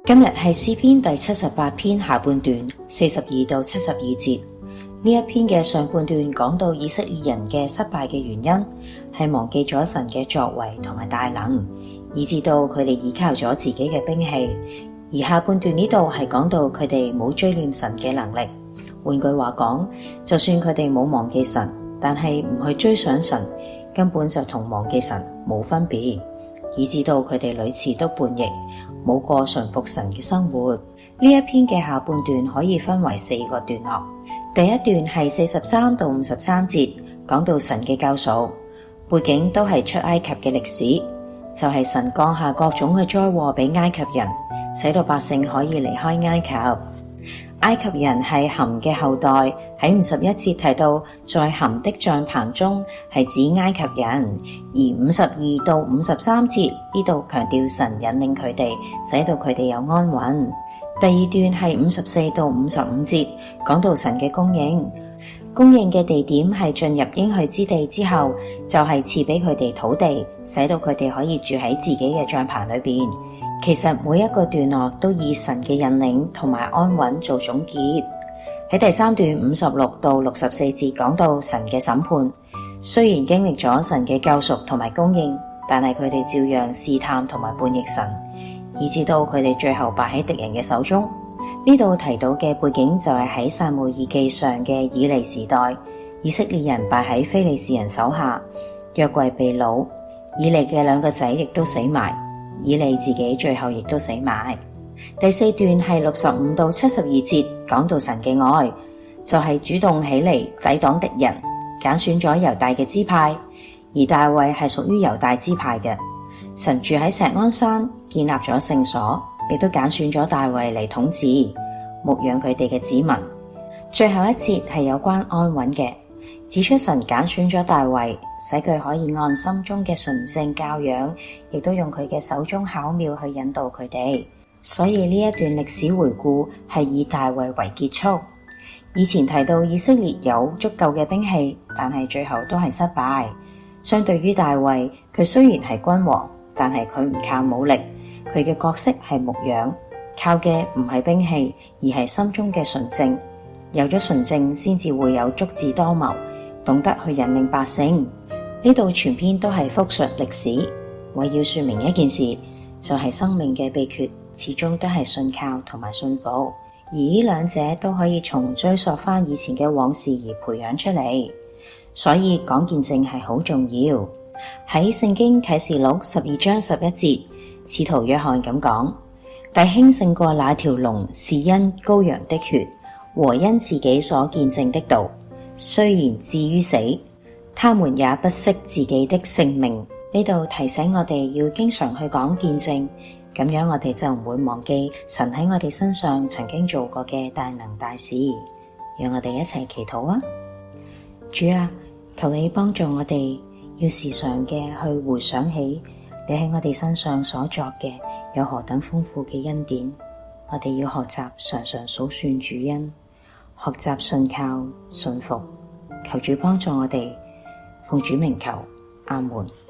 今日係詩篇第78篇下半段42到72節。呢一篇嘅上半段講到以色列人嘅失敗嘅原因係忘記咗神嘅作為同埋大能，以致到佢哋依靠咗自己嘅兵器。而下半段呢度係講到佢哋冇追念神嘅能力。換句話講，就算佢哋冇忘記神，但係唔去追想神，根本就同忘記神冇分別，以致到佢哋屢次都叛逆，冇過順服神嘅生活。呢一篇嘅下半段可以分為4個段落。第一段係43到53節，講到神嘅救贖，背景都係出埃及嘅歷史，就係神降下各種嘅災禍俾埃及人，使到百姓可以離開埃及。埃及人係含嘅後代，喺51節提到在含的帳棚中係指埃及人，而52到53節呢度強調神引領佢哋，使到佢哋有安穩。第二段係54到55節，講到神嘅供應嘅地點係進入應許之地之後，就係賜俾佢哋土地，使到佢哋可以住喺自己嘅帳棚裏邊。其實每一個段落都以神嘅引領同埋安穩做總結。喺第三段56到64節講到神嘅審判，雖然經歷咗神嘅救贖同埋供應，但係佢哋照樣試探同埋叛逆神，以致到佢哋最後敗喺敵人嘅手中。呢度提到嘅背景就係喺撒母耳記上嘅以利時代，以色列人敗喺非利士人手下，約櫃被擄，以利嘅2個仔亦都死埋，以利自己最後亦都死埋。第4段係65到72節，講到神嘅愛，就係主動起嚟抵擋敵人，揀選咗猶大嘅支派，而大衛係屬於猶大支派嘅。神住喺錫安山，建立咗聖所，亦都揀選咗大衛嚟統治，牧養佢哋嘅子民。最後一節係有關安穩嘅，指出神揀選咗大衛，使佢可以按心中嘅純正教養，亦都用佢嘅手中巧妙去引導佢哋。所以呢一段歷史回顧係以大衛為結束。以前提到以色列有足夠嘅兵器，但係最後都係失敗。相對於大衛，佢雖然係君王，但係佢唔靠武力，佢嘅角色係牧養，靠嘅唔係兵器，而係心中嘅純正。有咗純正，先至會有足智多謀，懂得去引領百姓。呢度全篇都係複述歷史，為要說明一件事，就係生命嘅秘訣始終都係信靠同埋信服，而呢2者都可以從追溯翻以前嘅往事而培養出嚟。所以講見證係好重要。喺聖經啟示錄12章11節，使徒約翰咁講：弟兄勝過那條龍，是因羔羊的血和因自己所見證的道，雖然至於死，他們也不惜自己的性命。呢度提醒我哋要經常去講見證，咁樣我哋就唔會忘記神喺我哋身上曾經做過嘅大能大事。讓我哋一齊祈禱啊！主啊，求你幫助我哋，要時常嘅去回想起你喺我哋身上所作嘅有何等豐富嘅恩典。我哋要學習常常數算主恩，學習信靠信服。求主幫助我哋，奉主名求，阿門。